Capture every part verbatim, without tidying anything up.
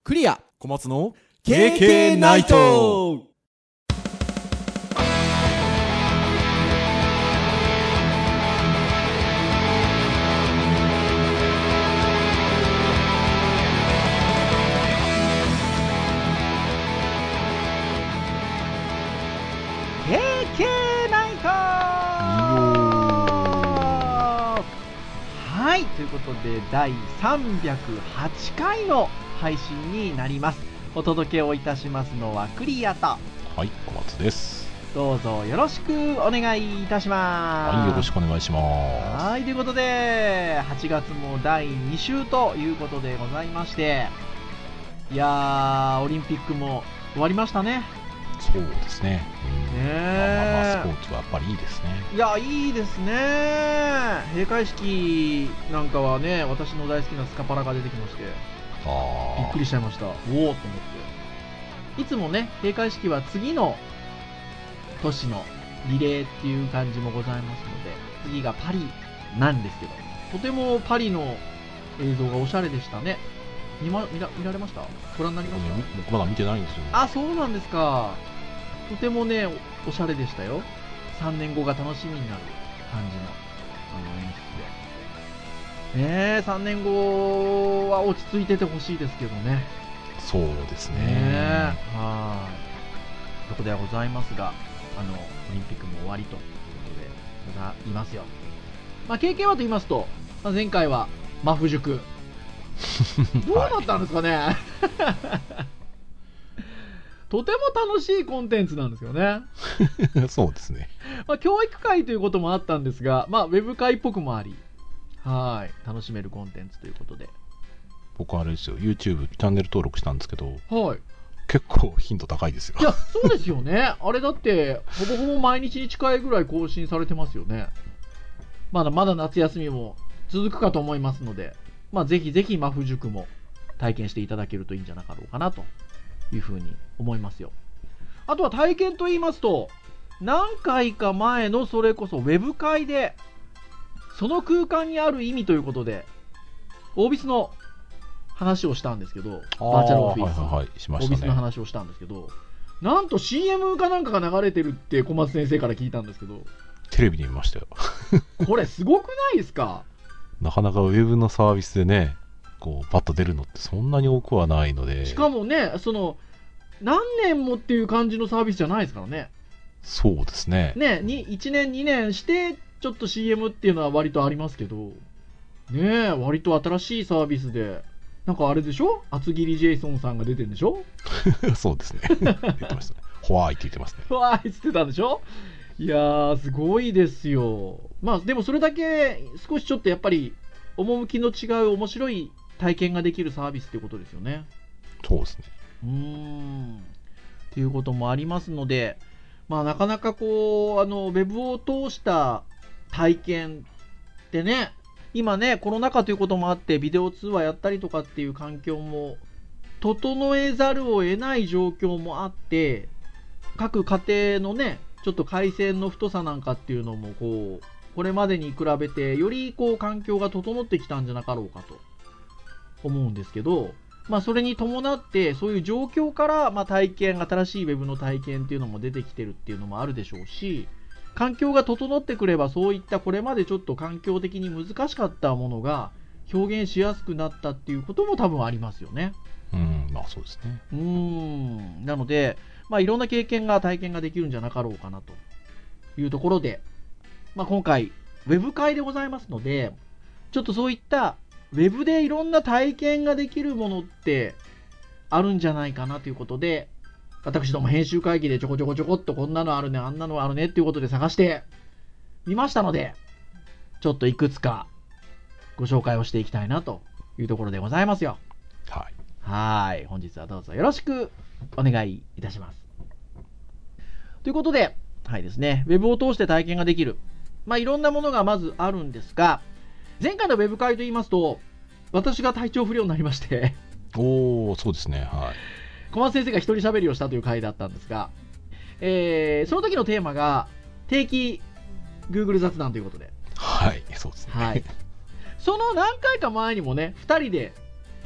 クリア小松のケーケー ナイト。 ケーケー ナイト。はい、ということでだいさんびゃくはちかいの配信になります。お届けをいたしますのはクリアと、 はい、小松です。 どうぞよろしくお願いいたします。 はい、よろしくお願いします。 はい、ということではちがつもだいに週ということでございまして、いやーオリンピックも終わりましたね。 そうですね。うん、 ねえ、 まあまあまあスポーツはやっぱりいいですね。 いや、いいですね。閉会式なんかはね、私の大好きなスカパラが出てきまして、 あびっくりしちゃいました。おおと思って。いつもね、閉会式は次の年のリレーっていう感じもございますので、次がパリなんですけど、とてもパリの映像がおしゃれでしたね。見ま、見ら、見られました？ご覧になりました？ 僕まだ見てないんですよ。 あ、そうなんですか。とてもね、おしゃれでしたよ。さんねんごが楽しみになる感じの、あの演出で。ねえ、さんねんごは落ち着いててほしいですけどね。 そうですね。 ねはい。ところではございますが、あの、オリンピックも終わりということでございますよ。まあ、経験はと言いますと、まあ、前回はマフ塾。どうだったんですかね、はいとても楽しいコンテンツなんですよね。 そうですね。 まあ、教育会ということもあったんですが、まあ、ウェブ会っぽくもあり、はい、楽しめるコンテンツということで。 僕あれですよ、YouTube チャンネル登録したんですけど、 はい。 結構頻度高いですよ。 いや、そうですよね。あれだって、ほぼほぼ毎日に近いぐらい更新されてますよね。まだまだ夏休みも続くかと思いますので、まあ、ぜひぜひマフ塾も体験していただけるといいんじゃなかろうかなというふうに思いますよ。あとは体験と言いますと、何回か前のそれこそウェブ会で、その空間にある意味ということで、オービスの話をしたんですけど、バーチャルオフィス、 はいはいはい、しましたね。 オービスの話をしたんですけど、なんと シーエム かなんかが流れてるって小松先生から聞いたんですけど、 テレビで見ましたよ。 これすごくないですか？ なかなかウェブのサービスでね、こうパッと出るのってそんなに多くはないので。 しかもね、その何年もっていう感じのサービスじゃないですからね。 そうですね。 ね、にいちねんにねんしてちょっと シーエム っていうのは割とありますけど、ねえ、割と新しいサービスで、なんかあれでしょ？厚切りジェイソンさんが出てるんでしょ？ そうですね。言ってましたね。ホワイって言ってますね。 ホワイっつってたんでしょ？いやー、すごいですよ。まあでもそれだけ少しちょっとやっぱり趣の違う面白い体験ができるサービスっていうことですよね。 そうですね。 うーんっていうこともありますので、まあなかなかこうあのウェブを通した体験ってね、今ねコロナ禍ということもあってビデオ通話やったりとかっていう環境も整えざるを得ない状況もあって、各家庭のねちょっと回線の太さなんかっていうのもこうこれまでに比べてよりこう環境が整ってきたんじゃなかろうかと思うんですけど、まあそれに伴ってそういう状況からまあ体験、新しいウェブの体験っていうのも出てきてるっていうのもあるでしょうし、環境が整ってくればそういったこれまでちょっと環境的に難しかったものが表現しやすくなったっていうことも多分ありますよね。 うん、まあそうですね。 うーんなので、まあ、いろんな経験が体験ができるんじゃなかろうかなというところで、まあ、今回ウェブ会でございますので、ちょっとそういったウェブでいろんな体験ができるものってあるんじゃないかなということで、私ども編集会議でちょこちょこちょこっとこんなのあるね、あんなのあるねっていうことで探してみましたので、ちょっといくつかご紹介をしていきたいなというところでございますよ。 はい。 はい。本日はどうぞよろしくお願いいたします。ということで、はいですね、ウェブを通して体験ができる、まあいろんなものがまずあるんですが、前回のウェブ会と言いますと、私が体調不良になりましておー、そうですね。はい。 小松先生が一人喋りをしたという回だったんですが、えー、その時のテーマが定期 Google 雑談ということで、 はい、そうですね。 はい。その何回か前にもね、ふたりで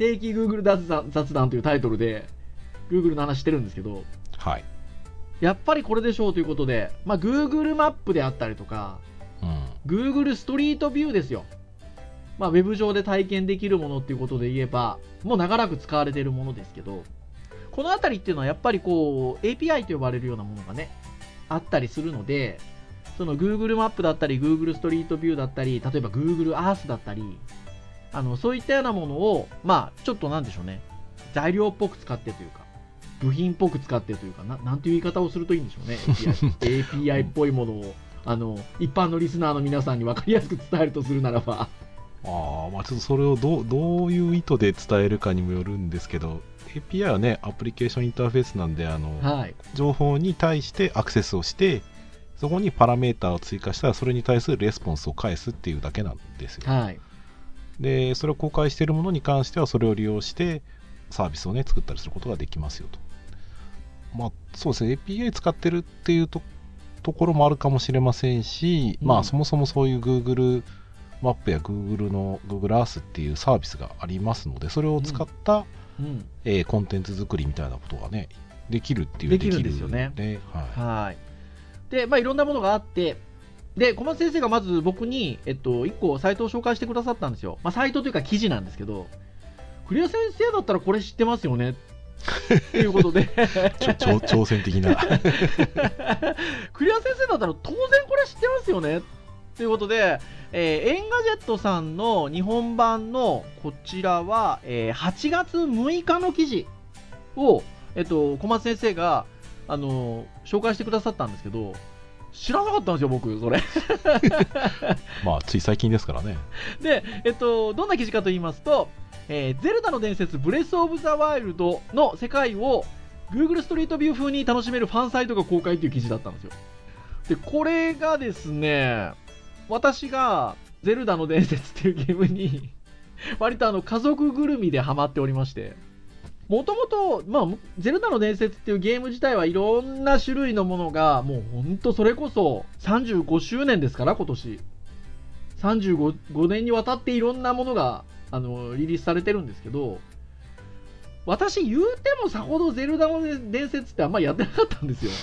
定期 Google 雑談、雑談というタイトルで Google の話してるんですけど、 はい。 やっぱりこれでしょうということで、まあ、Google マップであったりとか、 うん、 Google ストリートビューですよ。まあ、ウェブ上で体験できるものっていうことで言えば、もう長らく使われているものですけど、このあたりっていうのはやっぱりこう エーピーアイ と呼ばれるようなものがね、あったりするので、その Google マップだったり Google ストリートビューだったり、例えば Google Earth だったり、あのそういったようなものを、まあちょっとなんでしょうね、材料っぽく使ってというか、部品っぽく使ってというか、な、なんていう言い方をするといいんでしょうね。エーピーアイ, エーピーアイ っぽいものをあの一般のリスナーの皆さんに分かりやすく伝えるとするならば、 あまあちょっとそれをどう、どういう意図で伝えるかにもよるんですけど、 エーピーアイ はねアプリケーションインターフェースなんで、あの、はい、情報に対してアクセスをして、そこにパラメータを追加したらそれに対するレスポンスを返すっていうだけなんですよ、 はい、 でそれを公開しているものに関してはそれを利用してサービスをね作ったりすることができますよと。まあそうですね、 エーピーアイ 使ってるっていう と, ところもあるかもしれませんし、うん、まあそもそもそういう Google マップや Google の Google Earth っていうサービスがありますので、それを使った、うんうんえー、コンテンツ作りみたいなことがねできるっていうできるんですよね。 で、はいはいでまあ、いろんなものがあって、で小松先生がまず僕に、えっと、いっこサイトを紹介してくださったんですよ。まあ、サイトというか記事なんですけど、栗谷先生だったらこれ知ってますよねということで挑戦的な栗谷先生だったら当然これ知ってますよねということで、えー、エンガジェットさんの日本版のこちらは、えー、はちがつむいかの記事を、えっと、小松先生があの紹介してくださったんですけど、知らなかったんですよ僕それまあつい最近ですからね。 で、えっと、どんな記事かと言いますと、えー、ゼルダの伝説ブレスオブザワイルドの世界を Google ストリートビュー風に楽しめるファンサイトが公開という記事だったんですよ。でこれがですね、私がゼルダの伝説っていうゲームに割とあの家族ぐるみでハマっておりまして、もともと、まあ、ゼルダの伝説っていうゲーム自体はいろんな種類のものが、もうほんとそれこそさんじゅうごしゅうねんですから、今年。さんじゅうごねんにわたっていろんなものが、あの、リリースされてるんですけど、私言うてもさほどゼルダの伝説ってあんまりやってなかったんですよ。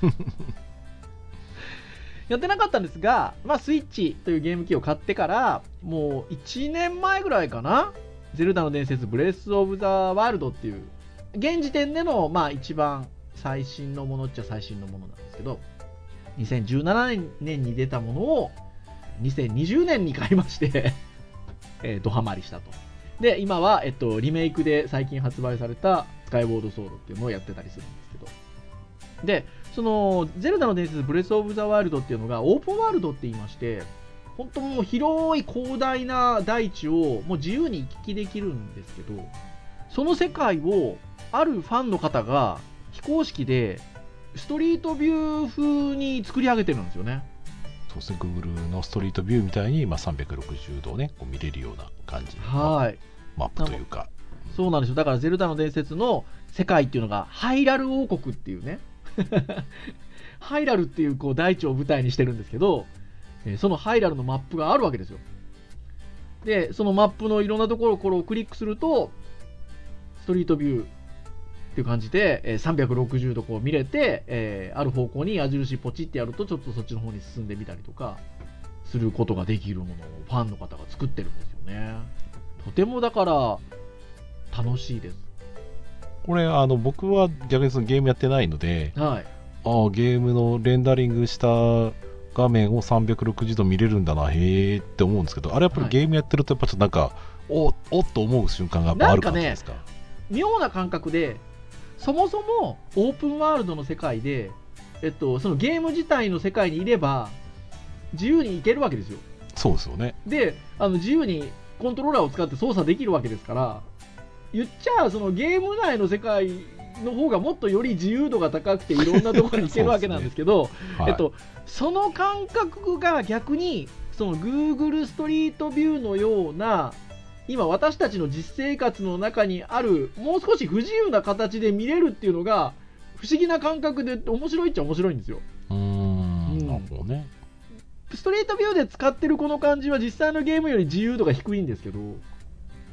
やってなかったんですが、まあ、スイッチというゲーム機を買ってから、もういちねんまえぐらいかな、ゼルダの伝説ブレスオブザワールドっていう現時点でのまあ一番最新のものっちゃ最新のものなんですけど、にせんじゅうななねんに出たものをにせんにじゅうねんに買いましてえー、ドハマりしたと。で今は、えっと、リメイクで最近発売されたスカイウォードソードっていうのをやってたりするんですけど、でそのゼルダの伝説ブレスオブザワールドっていうのがオープンワールドって言いまして、本当もう広い広大な大地をもう自由に行き来できるんですけど、その世界をあるファンの方が非公式でストリートビュー風に作り上げてるんですよね。 そうですね、Google のストリートビューみたいに、まあ、さんびゃくろくじゅうどをねこう見れるような感じのはい、 マップというか、 そうなんですよ。だからゼルダの伝説の世界っていうのがハイラル王国っていうねハイラルっていうこう大地を舞台にしてるんですけど、そのハイラルのマップがあるわけですよ。でそのマップのいろんなところこれをクリックするとストリートビューっていう感じでさんびゃくろくじゅうどこう見れて、えー、ある方向に矢印ポチってやるとちょっとそっちの方に進んでみたりとかすることができるものをファンの方が作ってるんですよね。とてもだから楽しいです。 これあの僕は逆にそのゲームやってないので、 はい、 あゲームのレンダリングした画面をさんびゃくろくじゅうど見れるんだな、へえって思うんですけど、あれやっぱりゲームやってるとやっぱちょっとなんか、はい、おおっと思う瞬間がやっぱある感じですか。 なんかね、妙な感覚で、そもそもオープンワールドの世界で、えっと、そのゲーム自体の世界にいれば自由に行けるわけですよ。 そうですよね。 であの自由にコントローラーを使って操作できるわけですから、言っちゃそのゲーム内の世界の方がもっとより自由度が高くていろんなところに行けるわけなんですけどね、はい、えっと、その感覚が逆にその Google ストリートビューのような今私たちの実生活の中にあるもう少し不自由な形で見れるっていうのが不思議な感覚で面白いっちゃ面白いんですよ。 うーん、うん、なるほどね。 ストリートビューで使ってるこの感じは実際のゲームより自由度が低いんですけど、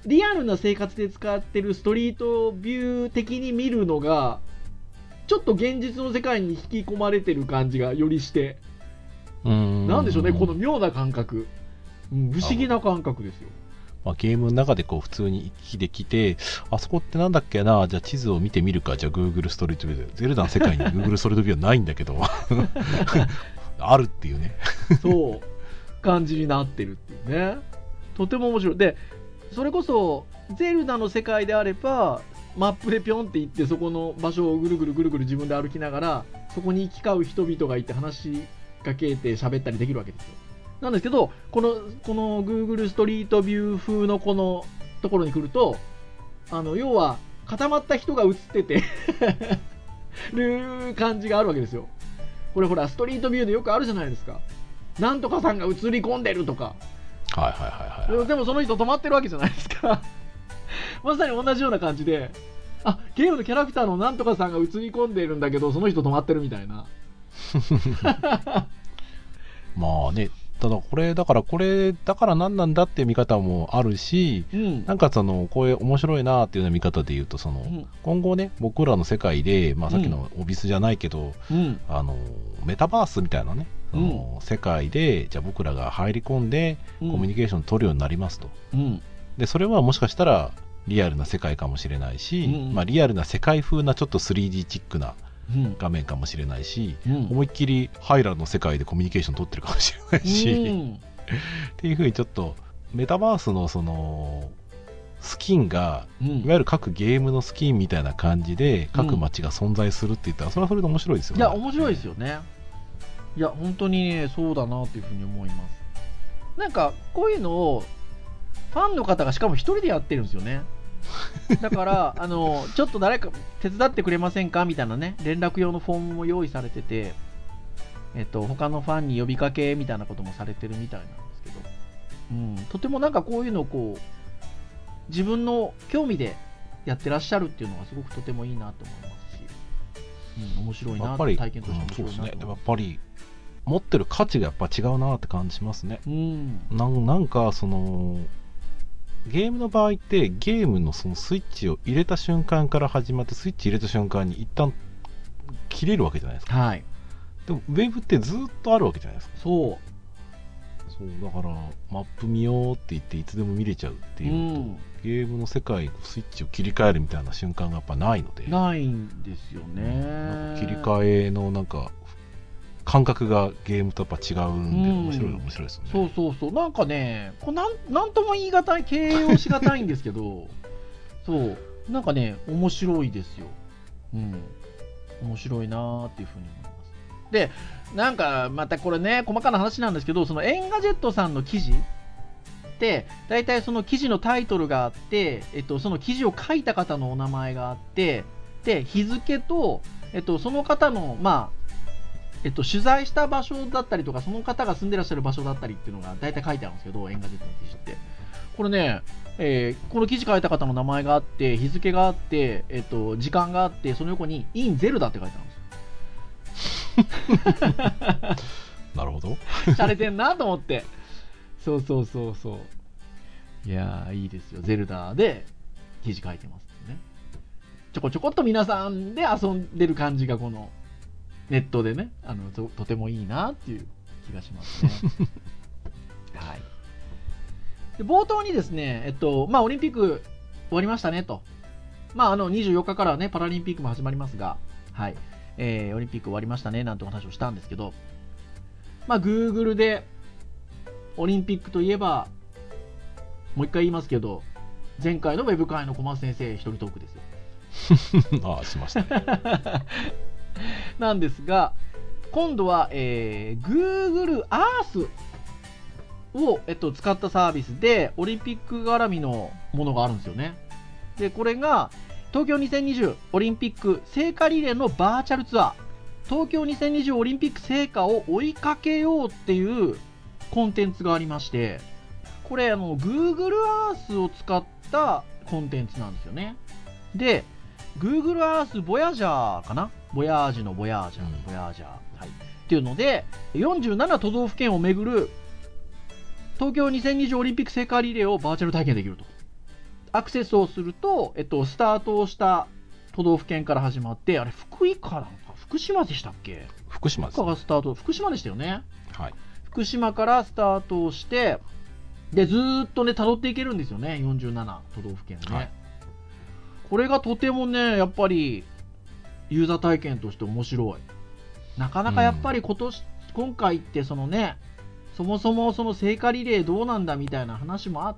リアルな生活で使ってるストリートビュー的に見るのがちょっと現実の世界に引き込まれてる感じがよりして、 うーんなんでしょうね、この妙な感覚、うん、不思議な感覚ですよ。 まあ、ゲームの中でこう普通に行きできて、あそこってなんだっけな、じゃあ地図を見てみるか、じゃあ Google ストリートビューで、ゼルダの世界に Google ストリートビューはないんだけどあるっていうねそう感じになってるっていうね、とても面白い。でそれこそゼルダの世界であればマップでピョンって行ってそこの場所をぐるぐるぐるぐる自分で歩きながらそこに行き交う人々がいて話しかけて喋ったりできるわけですよ。なんですけどこのこの Google ストリートビュー風のこのところに来ると、あの要は固まった人が映っててる感じがあるわけですよ。これほらストリートビューでよくあるじゃないですか、なんとかさんが映り込んでるとか。 はいはいはいはい、はい、 でもその人止まってるわけじゃないですかまさに同じような感じで、あ、ゲームのキャラクターのなんとかさんが映り込んでるんだけどその人止まってるみたいなまあね、ただこれだからこれだから何なんだっていう見方もあるし、うん、なんかそのこういう面白いなっていうような見方で言うと、その、うん、今後ね僕らの世界で、まあ、さっきのオビスじゃないけど、うん、あのメタバースみたいなね、その世界でじゃあ僕らが入り込んでコミュニケーション取るようになりますと、うん、でそれはもしかしたらリアルな世界かもしれないし、うんまあ、リアルな世界風なちょっと スリーディー チックな画面かもしれないし、うん、思いっきりハイラの世界でコミュニケーション取ってるかもしれないし、うん、っていう風にちょっとメタバースのそのスキンが、うん、いわゆる各ゲームのスキンみたいな感じで各街が存在するって言ったらそれはそれで面白いですよね。 いや面白いですよね。いや本当にねそうだなというふうに思います。なんかこういうのをファンの方がしかも一人でやってるんですよね。だからあのちょっと誰か手伝ってくれませんかみたいなね連絡用のフォームも用意されてて、えっと、他のファンに呼びかけみたいなこともされてるみたいなんですけど、うん、とてもなんかこういうのをこう自分の興味でやってらっしゃるっていうのがすごくとてもいいなと思いますし、うん、面白いなって体験として面白いなと思います。うん、そうですね。 やっぱり持ってる価値がやっぱ違うなって感じしますね。うん、な, なんかそのゲームの場合ってゲームのそのスイッチを入れた瞬間から始まってスイッチ入れた瞬間に一旦切れるわけじゃないですか。はい。でもウェブってずっとあるわけじゃないですか。 そう。 そうだからマップ見ようって言っていつでも見れちゃうっていうのと、うん、ゲームの世界スイッチを切り替えるみたいな瞬間がやっぱないので。 ないんですよね。 なんか切り替えのなんか感覚がゲームとやっぱ違うんで面白い、うん、面白いですよね。 そうそうそう、なんかねこうなん、なんとも言い難い形容し難いんですけどそうなんかね面白いですよ。うん面白いなーっていうふうに思います。でなんかまたこれね細かな話なんですけど、そのエンガジェットさんの記事ってだいたいその記事のタイトルがあって、えっと、その記事を書いた方のお名前があって、で日付と、えっと、その方のまあえっと、取材した場所だったりとかその方が住んでらっしゃる場所だったりっていうのが大体書いてあるんですけど、エンガジェットの記事ってこれね、えー、この記事書いた方の名前があって日付があって、えっと、時間があってその横に in ゼルダって書いてあるんですよなるほどしゃれてんなと思って、そうそうそうそう、いやーいいですよ、ゼルダで記事書いてますね。ちょこちょこっと皆さんで遊んでる感じがこのネットでね、あの と, とてもいいなっていう気がしますね。はい。で冒頭にですね、えっとまあオリンピック終わりましたねと、まああのにじゅうよっかからはねパラリンピックも始まりますが、はい、えー、オリンピック終わりましたねなんてお話をしたんですけど、まあ Google でオリンピックといえばもう一回言いますけど、前回のウェブ会の小松先生一人トークですよ。 ああしましたね。 なんですが今度は、えー、Google Earth を、えっと、使ったサービスでオリンピック絡みのものがあるんですよね。でこれが東京にせんにじゅうオリンピック聖火リレーのバーチャルツアー、東京にせんにじゅうオリンピック聖火を追いかけようっていうコンテンツがありまして、これあの Google Earth を使ったコンテンツなんですよね。でGoogle Earth Voyager かな、ボヤージュのボヤージャー、うん、ボヤージャー、はい、っていうのでよんじゅうなな都道府県を巡る東京にせんにじゅうオリンピック聖火リレーをバーチャル体験できるとアクセスをすると、えっと、スタートをした都道府県から始まって、あれ福井かなんか福島でしたっけ？ 福島ですね。 福岡がスタート、福島でしたよね。 はい。 福島からスタートをして、でずーっとね辿っていけるんですよね、よんじゅうなな都道府県ね、はい、これがとてもねやっぱりユーザー体験として面白い。なかなかやっぱり今年、うん、今回ってそのねそもそもその聖火リレーどうなんだみたいな話もあって、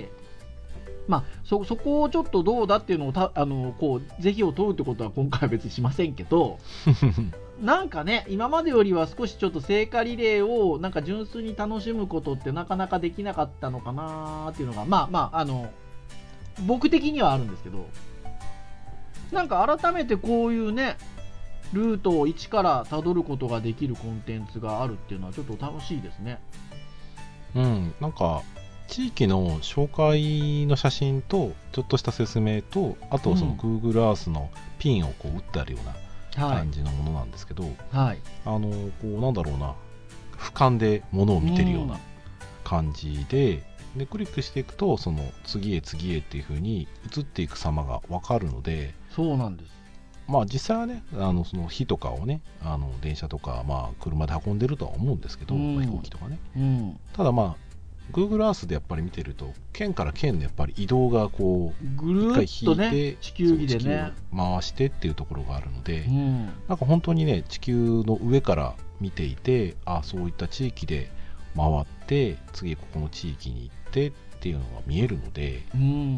まあ そ, そこをちょっとどうだっていうのをたあのこう是非を問うってことは今回は別にしませんけどなんかね今までよりは少しちょっと聖火リレーをなんか純粋に楽しむことってなかなかできなかったのかなっていうのがまあまああの僕的にはあるんですけど、なんか改めてこういうねルートを一からたどることができるコンテンツがあるっていうのはちょっと楽しいですね。 うん、なんか地域の紹介の写真とちょっとした説明と、あとその Google Earth のピンをこう打ってあるような感じのものなんですけど、はい、あのこうなんだろうな、俯瞰でものを見てるような感じで、うん、でクリックしていくとその次へ次へっていう風に移っていく様が分かるので、 そうなんです。 まあ実際はね、あのその火とかをね、あの電車とかまあ車で運んでるとは思うんですけど、うん、飛行機とかね、うん、ただまあGoogle Earth でやっぱり見てると県から県のやっぱり移動がこうぐるっとね地球儀でね回してっていうところがあるので、うん、なんか本当にね地球の上から見ていて、あそういった地域で回って次ここの地域に行ってっていうのが見えるので、うん、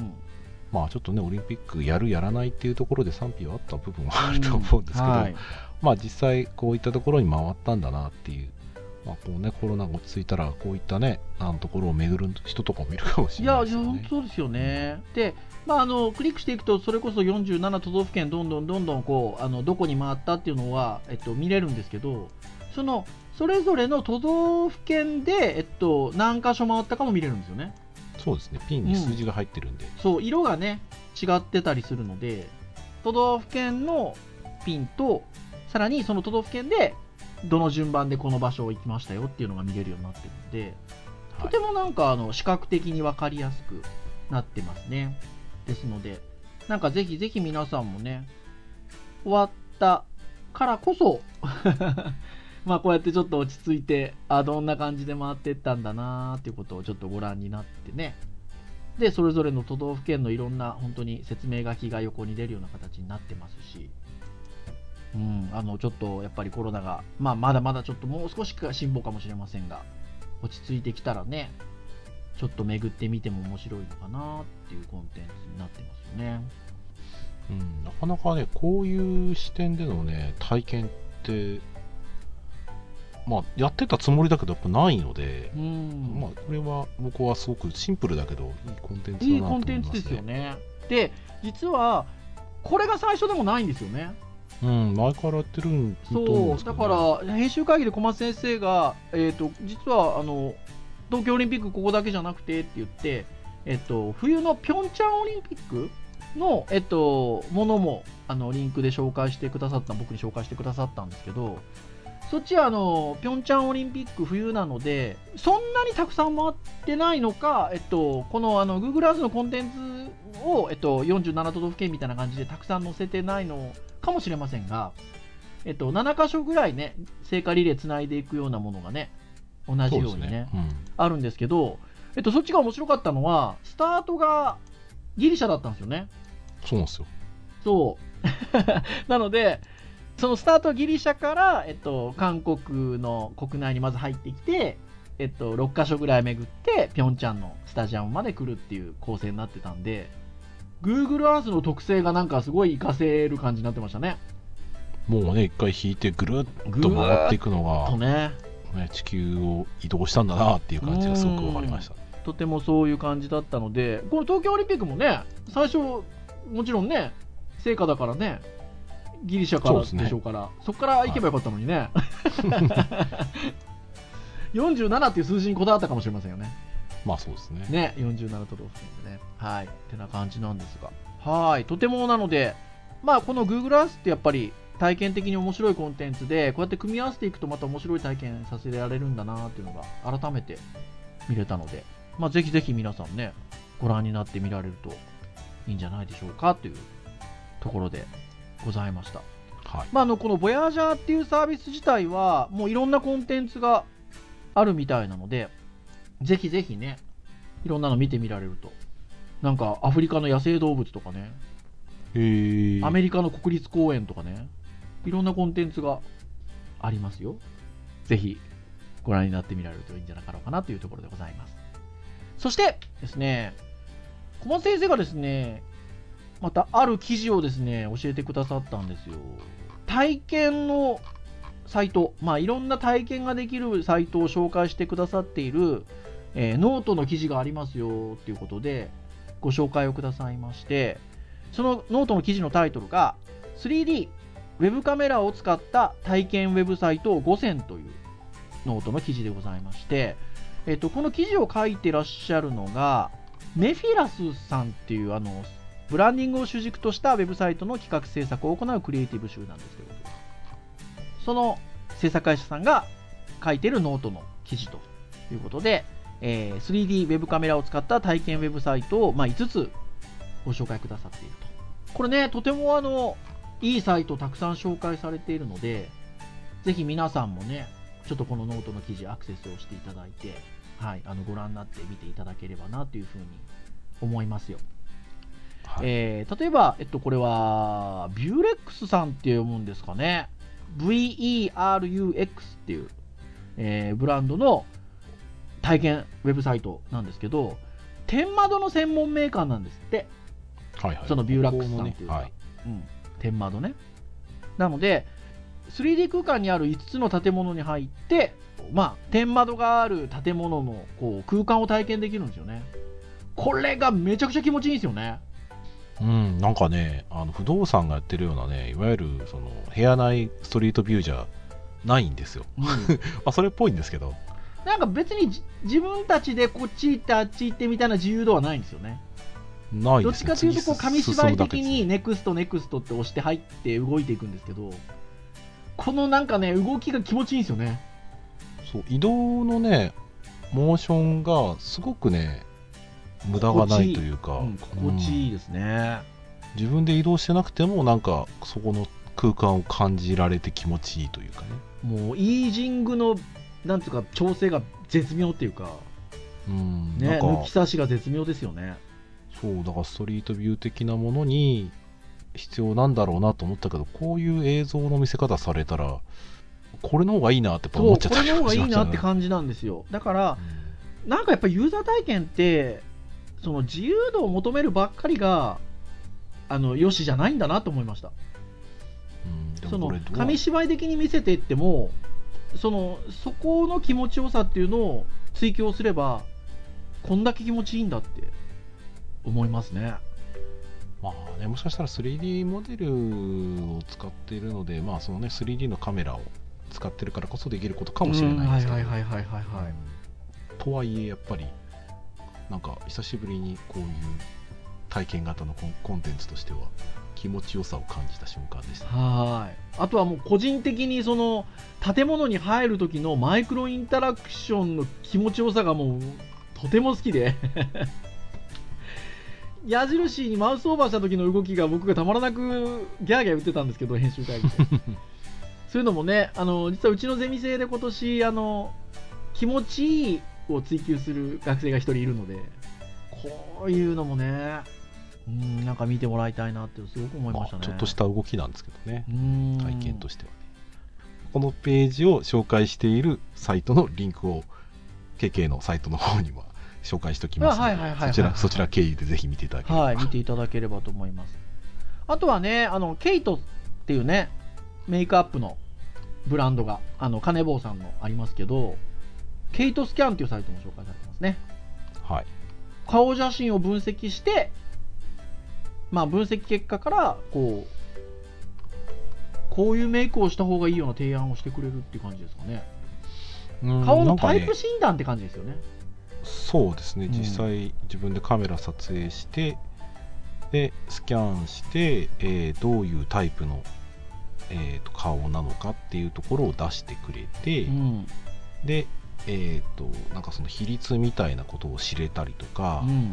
まあちょっとねオリンピックやるやらないっていうところで賛否はあった部分はあると思うんですけど、うんはい、まあ実際こういったところに回ったんだなっていう、まあこうね、コロナが落ち着いたらこういったねあのところを巡る人とかもいるかもしれないですよね。 いや、本当そうですよね。で、まあ、あのクリックしていくとそれこそよんじゅうなな都道府県どんどんどんどんこうあのどこに回ったっていうのは、えっと、見れるんですけど、そのそれぞれの都道府県で、えっと、何箇所回ったかも見れるんですよね。 そうですね、ピンに数字が入ってるんで、うん、 そう色がね違ってたりするので、都道府県のピンとさらにその都道府県でどの順番でこの場所を行きましたよっていうのが見れるようになってるので、はい、とてもなんかあの視覚的に分かりやすくなってますね。ですのでなんかぜひぜひ皆さんもね終わったからこそまあこうやってちょっと落ち着いて、あどんな感じで回っていったんだなーっていうことをちょっとご覧になってね、でそれぞれの都道府県のいろんな本当に説明書きが横に出るような形になってますし、うん、あのちょっとやっぱりコロナが、まあ、まだまだちょっともう少しか辛抱かもしれませんが、落ち着いてきたらねちょっと巡ってみても面白いのかなっていうコンテンツになってますよね。 うん、なかなかねこういう視点でのね体験ってまあやってたつもりだけどやっぱないので、うん、まあこれは僕はすごくシンプルだけどいいコンテンツだなと思いますね。いいコンテンツですよね。で実はこれが最初でもないんですよね。 うん、前からやってるんと思うんですけど、ね、そうだから編集会議で小松先生が、えーと、実はあの東京オリンピックここだけじゃなくてって言って、えっと、冬のピョンチャンオリンピックの、えっと、ものもあのリンクで紹介してくださった僕に紹介してくださったんですけど、そっちはあのピョンチャンオリンピック冬なのでそんなにたくさん回ってないのか、えっと、このあの Google Earth のコンテンツを、えっと、よんじゅうなな都道府県みたいな感じでたくさん載せてないのかもしれませんが、えっと、なな箇所ぐらいね聖火リレーつないでいくようなものがね同じように ね, ね、うん、あるんですけど、えっと、そっちが面白かったのはスタートがギリシャだったんですよね。 そうなんですよ。 そうなのでそのスタートはギリシャから、えっと、韓国の国内にまず入ってきて、えっと、ろっ箇所ぐらい巡ってピョンチャンのスタジアムまで来るっていう構成になってたんで、 Google Earth の特性がなんかすごい活かせる感じになってましたね。 もうね一回引いてぐるっと回っていくのがとねね、地球を移動したんだなっていう感じがすごく分かりました。 とてもそういう感じだったので、この東京オリンピックもね最初もちろんね聖火だからねギリシャからでしょうから そ, ね、そこから行けばよかったのにね、はい、よんじゅうななっていう数字にこだわったかもしれませんよね。 まあそうですね。 ね、よんじゅうなな都道府県でね、はいってな感じなんですが、はいとてもなので、まあこの Google Earth ってやっぱり体験的に面白いコンテンツでこうやって組み合わせていくとまた面白い体験させられるんだなっていうのが改めて見れたので、まあぜひぜひ皆さんねご覧になってみられるといいんじゃないでしょうかというところでございました。 はい。 まあ、あのこのボヤージャーっていうサービス自体はもういろんなコンテンツがあるみたいなので、ぜひぜひね、いろんなの見てみられると。なんかアフリカの野生動物とかね、 へー。 アメリカの国立公園とかね、いろんなコンテンツがありますよ。ぜひご覧になってみられるといいんじゃなかろうかなというところでございます。そしてですね、小松先生がですね、またある記事をですね、教えてくださったんですよ。体験のサイト、まあいろんな体験ができるサイトを紹介してくださっている、えー、ノートの記事がありますよっていうことでご紹介をくださいまして、そのノートの記事のタイトルが スリーディー ウェブカメラを使った体験ウェブサイトごせんというノートの記事でございまして、えっと、この記事を書いてらっしゃるのがメフィラスさんっていうあのブランディングを主軸としたウェブサイトの企画制作を行うクリエイティブ集団ですけど、その制作会社さんが書いているノートの記事ということで、えー、スリーディー ウェブカメラを使った体験ウェブサイトを、まあ、いつつご紹介くださっていると。これね、とてもあのいいサイトたくさん紹介されているので、ぜひ皆さんもね、ちょっとこのノートの記事アクセスをしていただいて、はい、あのご覧になってみていただければなというふうに思いますよ。はい、えー、例えば、えっと、これはビューレックスさんって読むんですかね。ブイイーアールユーエックス っていう、えー、ブランドの体験ウェブサイトなんですけど、天窓の専門メーカーなんですって。 はいはい、 そのビューラックスさんっていうのは、ね、はい、うん、天窓ね。なので スリーディー 空間にあるいつつの建物に入って、まあ、天窓がある建物のこう空間を体験できるんですよね。これがめちゃくちゃ気持ちいいんですよね。 うん、なんかね、あの不動産がやってるようなね、いわゆるその部屋内ストリートビューじゃないんですよ。うん、まあそれっぽいんですけど、 なんか別に自分たちでこっち行ってあっち行ってみたいな自由度はないんですよね。 ないですね。 どっちかというとこう紙芝居的にネクストネクストって押して入って動いていくんですけど、このなんかね動きが気持ちいいんですよね。 そう、移動のねモーションがすごくね無駄がないというか、 うん、心地いいですね、 うん、自分で移動してなくてもなんかそこの空間を感じられて気持ちいいというかね。 もうイージングのなんていうか調整が絶妙っていうか、 うんね、抜き差しが絶妙ですよね。 そうだからストリートビュー的なものに必要なんだろうなと思ったけど、こういう映像の見せ方されたらこれの方がいいなって思っちゃったりしましたね。 これの方がいいなって感じなんですよ。だから、うん、なんかやっぱりユーザー体験ってその自由度を求めるばっかりがあのよしじゃないんだなと思いました。うん、その紙芝居的に見せていってもそのそこの気持ちよさっていうのを追求すればこんだけ気持ちいいんだって思いますね。 まあね、もしかしたら スリーディー モデルを使っているので、まあそのね スリーディー のカメラを使ってるからこそできることかもしれないですけど、とはいえやっぱりなんか久しぶりにこういう体験型のコン、コンテンツとしては気持ちよさを感じた瞬間でした。 はい。あとはもう個人的にその建物に入る時のマイクロインタラクションの気持ちよさがもうとても好きで矢印にマウスオーバーした時の動きが僕がたまらなくギャーギャー言ってたんですけど、編集会議でそういうのもね、あの実はうちのゼミ生で今年あの気持ちいいを追求する学生が一人いるので、こういうのもね、うん、なんか見てもらいたいなってすごく思いましたね。 まあ、ちょっとした動きなんですけどね、体験としてはね。このページを紹介しているサイトのリンクを ケーケー のサイトの方には紹介しておきますので、そちらそちら経由でぜひ見ていただければ、 はい、見ていただければと思います。あとはね、あのケイトっていうねメイクアップのブランドがあの金坊さんのありますけど、ケイトスキャンっていうサイトも紹介されてますね。 はい。 顔写真を分析して、まあ分析結果からこうこういうメイクをした方がいいような提案をしてくれるっていう感じですかね。顔のタイプ診断って感じですよね。 そうですね、実際自分でカメラ撮影してでスキャンして、えー、どういうタイプの、えー、と顔なのかっていうところを出してくれて、うん、で、えー、となんかその比率みたいなことを知れたりとか、うん、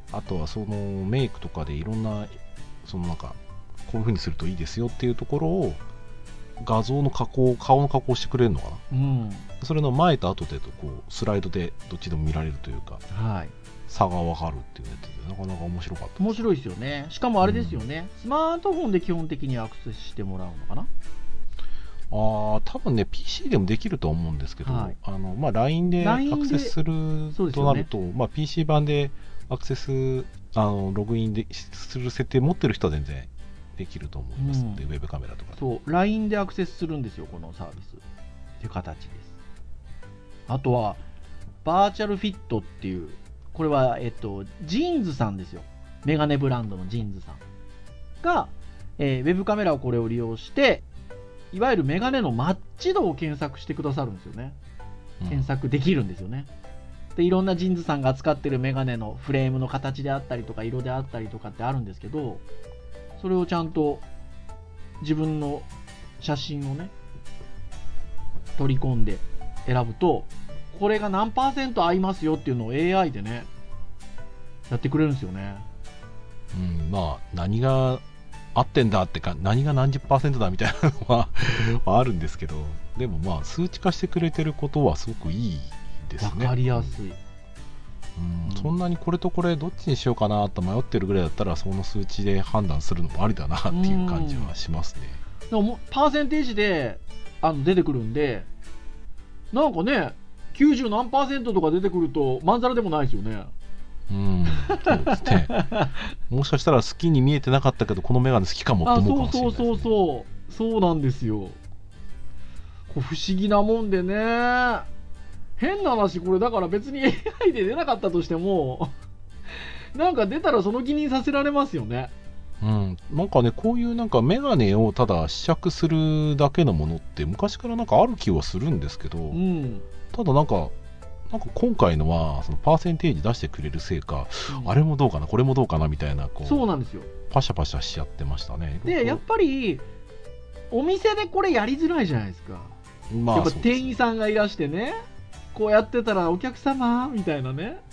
あとはそのメイクとかでいろんなそのなんかこういう風にするといいですよっていうところを画像の加工顔の加工してくれるのかな、 うん、 それの前と後でとこうスライドでどっちでも見られるというか、 はい、 差が分かるっていうやつでなかなか面白かったです。 面白いですよね。しかもあれですよね、うん、スマートフォンで基本的にアクセスしてもらうのかな。 あー多分ね ピーシー でもできると思うんですけど、はい、あのまあ、ライン でアクセスするとなると、ねまあ、ピーシー 版でアクセスあのログインでする設定持ってる人は全然できると思いますので、うん、ウェブカメラとかで。 そう ライン でアクセスするんですよこのサービスっていう形です。あとはバーチャルフィットっていうこれはえっとジーンズさんですよ。メガネブランドのジーンズさんが、えー、ウェブカメラをこれを利用していわゆるメガネのマッチ度を検索してくださるんですよね。検索できるんですよね。でいろんなジーンズさんが扱ってるメガネのフレームの形であったりとか色であったりとかってあるんですけど、それをちゃんと自分の写真をね取り込んで選ぶとこれが何パーセント合いますよっていうのを エーアイ でねやってくれるんですよね。 うん、まあ何が合ってんだってか何が何十パーセントだみたいなのはあるんですけど、でもまあ数値化してくれてることはすごくいいですね。 わかりやすい、うんうん、そんなにこれとこれどっちにしようかなと迷ってるぐらいだったらその数値で判断するのもありだなっていう感じはしますね。 でもパーセンテージであの出てくるんでなんかねきゅうじゅう何パーセントとか出てくるとまんざらでもないですよね。 うん、そうですね。もしかしたら好きに見えてなかったけどこのメガネ好きかもって思うかもしれないですね。 そうそうそうそうそうなんですよ。こう不思議なもんでね。変な話これだから別に エーアイ で出なかったとしてもなんか出たらその気にさせられますよね。 うん、なんかねこういうなんかメガネをただ試着するだけのものって昔からなんかある気はするんですけど、うん、ただなんかなんか今回のはそのパーセンテージ出してくれるせいか、うん、あれもどうかなこれもどうかなみたいなこうそうなんですよ。 パシャパシャしちゃってましたね。 でやっぱりお店でこれやりづらいじゃないですか、まあ、やっぱ店員さんがいらしてねこうやってたらお客様みたいなね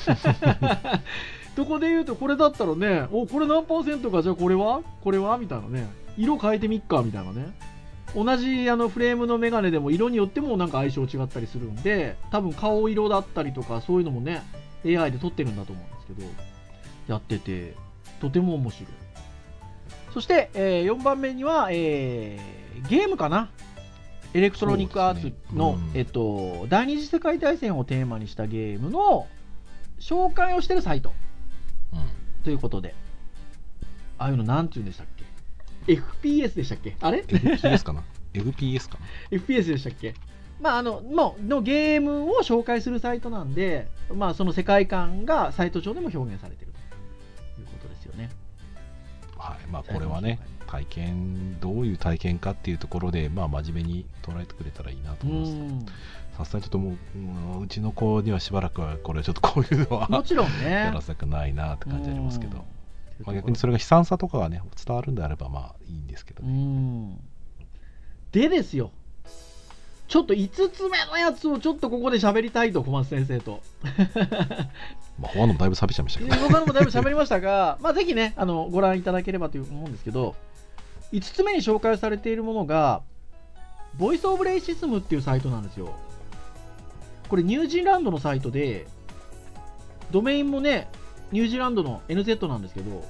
どこで言うとこれだったらねおこれ何パーセントかじゃあこれはこれはみたいなね色変えてみっかみたいなね同じあのフレームのメガネでも色によってもなんか相性違ったりするんで多分顔色だったりとかそういうのもね エーアイ で撮ってるんだと思うんですけどやっててとても面白い。そして、えー、よんばんめには、えー、ゲームかなエレクトロニックアーツの、ねうんえっと、第二次世界大戦をテーマにしたゲームの紹介をしてるサイト、うん、ということでああいうのなんて言うんでしたっけ エフピーエス でしたっけあれエフピーエス かなエフピーエス かなエフピーエス でしたっけまああのののゲームを紹介するサイトなんで、まあ、その世界観がサイト上でも表現されているということですよね。 はいまあ、これはね体験どういう体験かっていうところで、まあ、真面目に捉えてくれたらいいなと思います。さすがにちょっともう、もううちの子にはしばらくはこれちょっとこういうのはもちろんねやらせたくないなって感じありますけど、まあ、逆にそれが悲惨さとかがね伝わるんであればまあいいんですけどね。うんでですよちょっといつつめのやつをちょっとここで喋りたいと小松先生とまあ他のもだいぶ喋っちゃいましたけど他のもだいぶ喋りましたがまあぜひねあのご覧いただければと思うんですけどいつつめに紹介されているものがボイスオブレイシスムっていうサイトなんですよ。これニュージーランドのサイトでドメインもねニュージーランドの エヌゼット なんですけど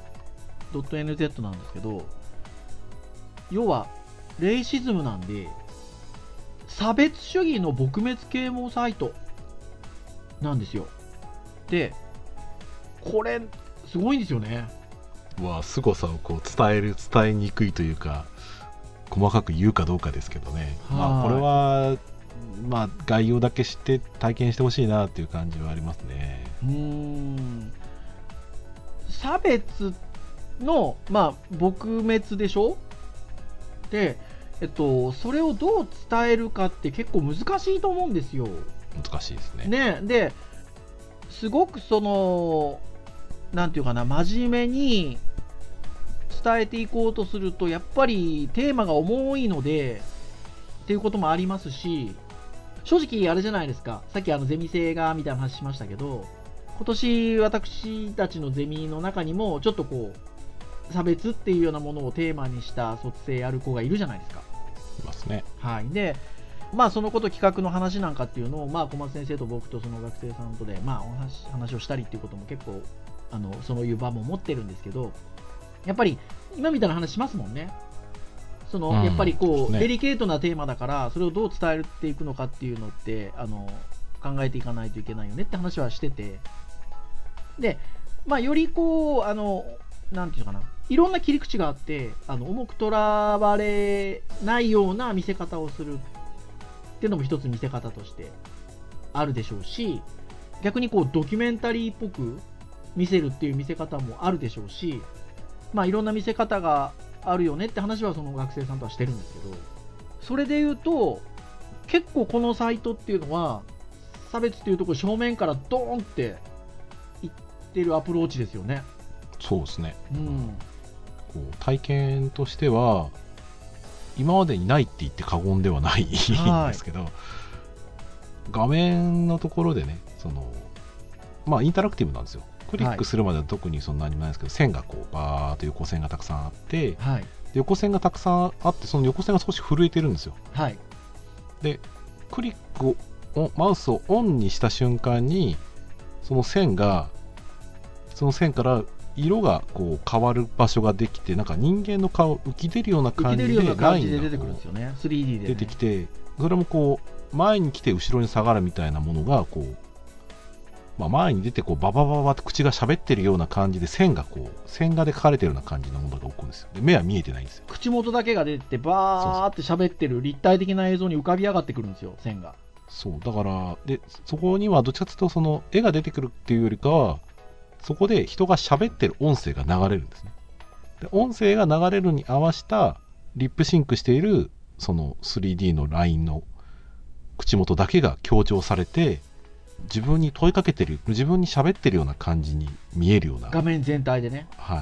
.nz なんですけど要はレイシズムなんで差別主義の撲滅啓蒙サイトなんですよ。でこれすごいんですよね。 わあ凄さをこう伝える伝えにくいというか細かく言うかどうかですけどね。まあこれはまあ概要だけ知って体験してほしいなっていう感じはありますね。 うーん差別のまあ撲滅でしょ。でえっとそれをどう伝えるかって結構難しいと思うんですよ。 難しいですね。 ねですごくそのなんていうかな真面目に伝えていこうとするとやっぱりテーマが重いのでっていうこともありますし正直あれじゃないですかさっきあのゼミ生がみたいな話しましたけど今年私たちのゼミの中にもちょっとこう差別っていうようなものをテーマにした卒生やる子がいるじゃないですか。 いますね。 はい。で、まあそのこと企画の話なんかっていうのを、まあ小松先生と僕とその学生さんとで、まあお話話をしたりっていうことも結構、あの、そういう場も持ってるんですけど、やっぱり今みたいな話しますもんね。その、 うんやっぱりこう、 ねデリケートなテーマだから、それをどう伝えていくのかっていうのって、あの、考えていかないといけないよねって話はしてて、で、まあよりこう、あの、なんていうのかな、いろんな切り口があって、あの重くとらわれないような見せ方をするっていうのも一つ見せ方としてあるでしょうし、逆にこうドキュメンタリーっぽく見せるっていう見せ方もあるでしょうし、まあいろんな見せ方があるよねって話はその学生さんとはしてるんですけど、それで言うと結構このサイトっていうのは差別っていうところ正面からドーンっていってるアプローチですよね。 そうですね。 うんこう体験としては今までにないって言って過言ではないんですけど、画面のところでね、そのまあインタラクティブなんですよ。クリックするまでは特にそんなにもないですけど、はい、線がこうバーっと横線がたくさんあって、 はい、で横線がたくさんあって、その横線が少し震えてるんですよ。 はい、 でクリックをマウスをオンにした瞬間にその線がその線から色がこう変わる場所ができて、なんか人間の顔浮き出るような感じでラインが出てくるんですよね。スリーディー で、ね、出てきて、それもこう前に来て後ろに下がるみたいなものがこう、まあ、前に出てこうババババって口が喋ってるような感じで線がこう線画で描かれてるような感じのものが起こるんですよ。で目は見えてないんですよ。 口元だけが出てバーって喋ってる立体的な映像に浮かび上がってくるんですよ、線が。 そうだからでそこにはどっちかというとその絵が出てくるっていうよりかは、そこで人が喋ってる音声が流れるんですね。で音声が流れるに合わせたリップシンクしているその スリーディー のラインの口元だけが強調されて、自分に問いかけてる、自分に喋ってるような感じに見えるような画面全体でね。 はい。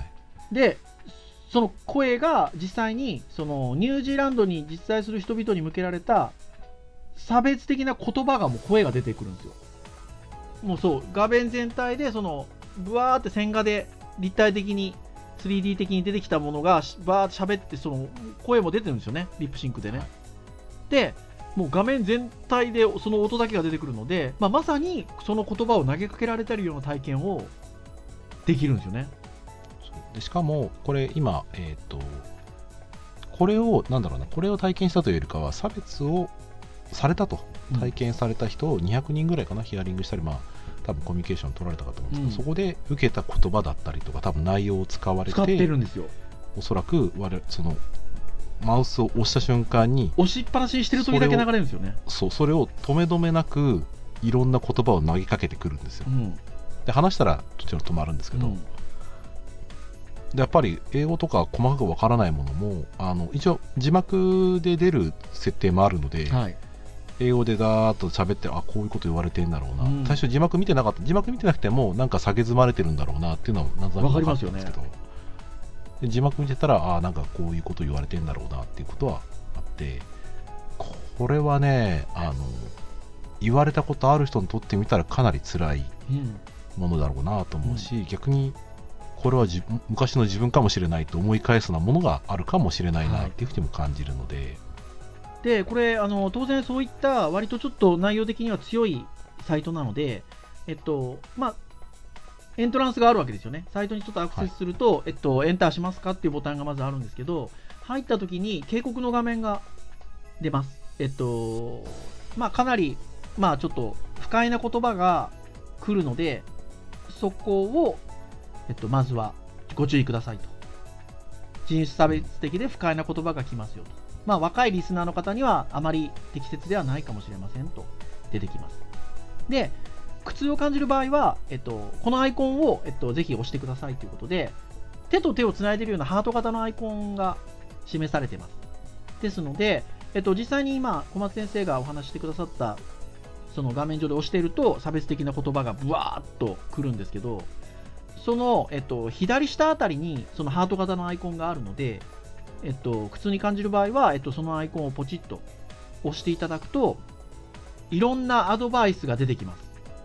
でその声が実際にそのニュージーランドに実在する人々に向けられた差別的な言葉がもう声が出てくるんですよ。もうそう画面全体でそのブワーって線画で立体的に スリーディー 的に出てきたものがバーって喋って、その声も出てるんですよね、リップシンクでね、はい、でもう画面全体でその音だけが出てくるので、まあ、まさにその言葉を投げかけられてるような体験をできるんですよね。 でしかもこれ今、えーと、これをなんだろうなこれを体験したというよりかは、差別をされたと体験された人をにひゃくにんぐらいかな、ヒアリングしたり、まあ多分コミュニケーション取られたかと思うんですけど、うん、そこで受けた言葉だったりとか多分内容を使われて使ってるんですよ。 おそらく我々そのマウスを押した瞬間に押しっぱなしにしてる時だけ流れるんですよね。 そう、それを止めどめなくいろんな言葉を投げかけてくるんですよ、うん、で話したらもちろん止まるんですけど、うん、でやっぱり英語とか細かくわからないものもあの一応字幕で出る設定もあるので、はい、英語でダーッと喋って、あこういうこと言われてんだろうな、うん、最初字幕見てなかった字幕見てなくてもなんか下げ積まれてるんだろうなっていうのはなんとなく分かったんですけど、で字幕見てたらあなんかこういうこと言われてんだろうなっていうことはあって、これはねあの言われたことある人にとってみたらかなり辛いものだろうなと思うし、うん、逆にこれはじ昔の自分かもしれないと思い返すようなものがあるかもしれないなっていうふうにも感じるので、はい、 でこれあの当然そういった割とちょっと内容的には強いサイトなので、えっとまあエントランスがあるわけですよね。サイトにちょっとアクセスすると、はい、えっと、エンターしますかっていうボタンがまずあるんですけど、入った時に警告の画面が出ます。えっとまあかなりまあちょっと不快な言葉が来るので、そこをえっとまずはご注意くださいと。人種差別的で不快な言葉が来ますよと。まあ若いリスナーの方にはあまり適切ではないかもしれませんと出てきます。で苦痛を感じる場合は、えっと、このアイコンを、えっと、ぜひ押してくださいということで、手と手をつないでいるようなハート型のアイコンが示されています。ですので、えっと、実際に今小松先生がお話してくださったその画面上で押していると差別的な言葉がブワーッと来るんですけど、その、えっと、左下あたりにそのハート型のアイコンがあるので、えっと、苦痛に感じる場合は、えっと、そのアイコンをポチッと押していただくといろんなアドバイスが出てきます。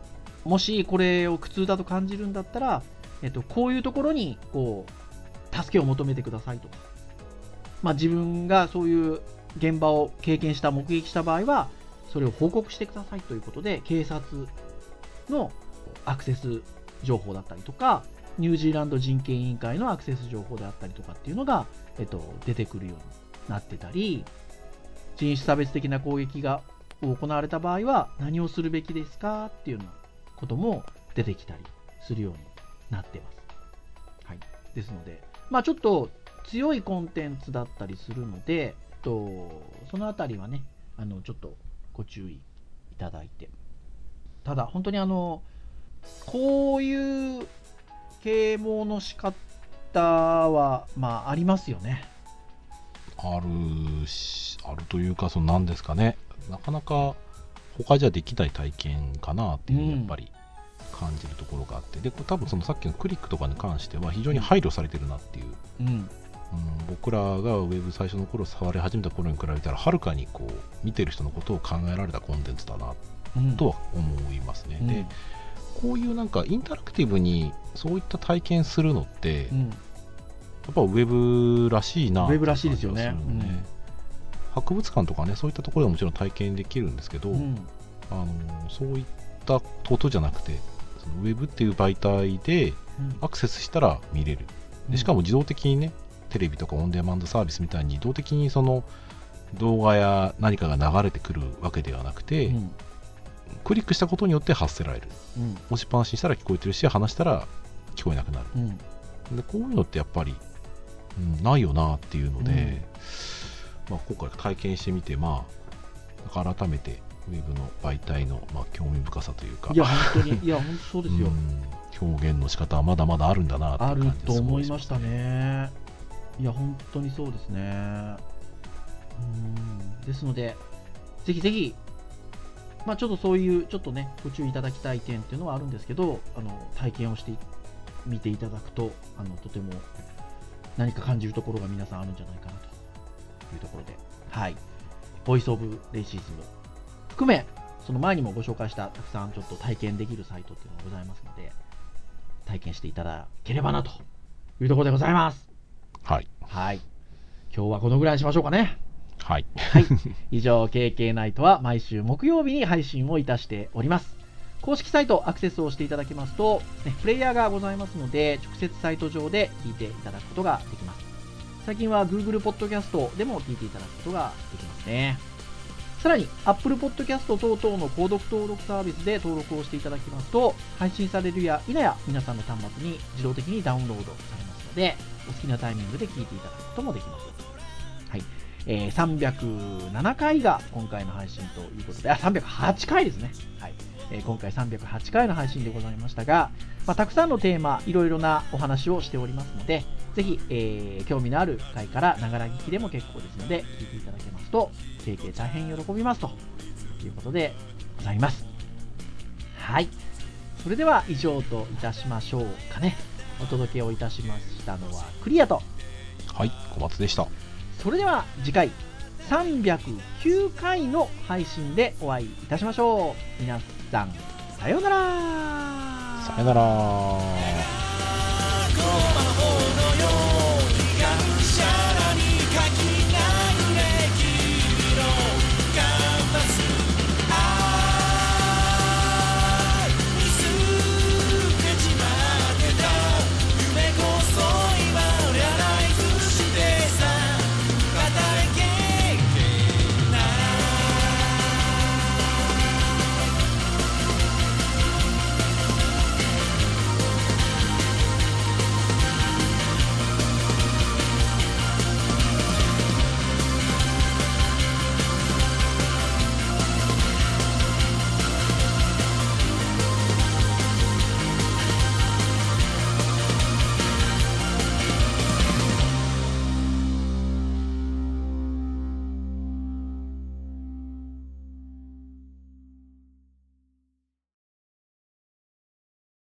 もしこれを苦痛だと感じるんだったら、えっと、こういうところにこう助けを求めてくださいとか、まあ、自分がそういう現場を経験した目撃した場合はそれを報告してくださいということで、警察のアクセス情報だったりとか、ニュージーランド人権委員会のアクセス情報であったりとかっていうのが、えっと、出てくるようになってたり、人種差別的な攻撃が行われた場合は何をするべきですかっていうようなことも出てきたりするようになってます。はい、ですので、まあ、ちょっと強いコンテンツだったりするので、えっと、そのあたりはね、あのちょっとご注意いただいて。ただ本当にあのこういう啓蒙の仕方はまあありますよね。 あるし、あるというか、その何ですかね、なかなか他じゃできない体験かなっていうふうにやっぱり感じるところがあって、うん、で多分そのさっきのクリックとかに関しては非常に配慮されてるなっていう、うんうん、僕らがウェブ最初の頃触り始めた頃に比べたらはるかにこう見てる人のことを考えられたコンテンツだなとは思いますね、うん、でこういうなんかインタラクティブにそういった体験するのって、うん、やっぱウェブらしいなってウェブらしいですよね、うん、 博物館とかね、そういったところでももちろん体験できるんですけど、うん、あのそういったことじゃなくて、そのウェブっていう媒体でアクセスしたら見れる、うん、でしかも自動的にね、テレビとかオンデマンドサービスみたいに自動的にその動画や何かが流れてくるわけではなくて、うん、クリックしたことによって発せられる、うん、押しっぱなしにしたら聞こえてるし、話したら聞こえなくなる、うん、でこういうのってやっぱり、うん、ないよなっていうので、うん、まあ、今回体験してみて、まあ、改めてウェブの媒体の、まあ、興味深さというか、 いや本当にいや本当そうですよ、 うん、表現の仕方はまだまだあるんだなっていう感じです。 あると思いましたね。いや本当にそうですね。うんですのでぜひぜひ、まあ、ちょっとそういうちょっとねご注意いただきたい点っていうのはあるんですけど、あの体験をしてみていただくと、あのとても何か感じるところが皆さんあるんじゃないかなというところで、はい、ボイスオブレイシズム含め、その前にもご紹介したたくさんちょっと体験できるサイトっていうのがございますので、体験していただければなというところでございます。 はい、 はい、今日はこのぐらいにしましょうかね。 はい、 はい、以上 ケーケー ナイトは毎週木曜日に配信をいたしております。公式サイトアクセスをしていただきますと、ね、プレイヤーがございますので、直接サイト上で聞いていただくことができます。最近は Google Podcast でも聞いていただくことができますね。さらに Apple Podcast 等々の購読登録サービスで登録をしていただきますと、配信されるや否や皆さんの端末に自動的にダウンロードされますので、お好きなタイミングで聞いていただくこともできます。はい、えー、さんびゃくななかいが今回の配信ということで、あ、さんびゃくはちかいですね。はい、えー、今回さんびゃくはちかいの配信でございましたが、まあ、たくさんのテーマ、いろいろなお話をしておりますので、ぜひ、えー、興味のある回からながら聞きでも結構ですので、聞いていただけますと、ケーケー大変喜びますということでございます。はい。それでは以上といたしましょうかね。お届けをいたしましたのはクリアと、 はい、小松でした。 それでは次回さんびゃくきゅうかいの配信でお会いいたしましょう。皆さんさようなら。 さようなら。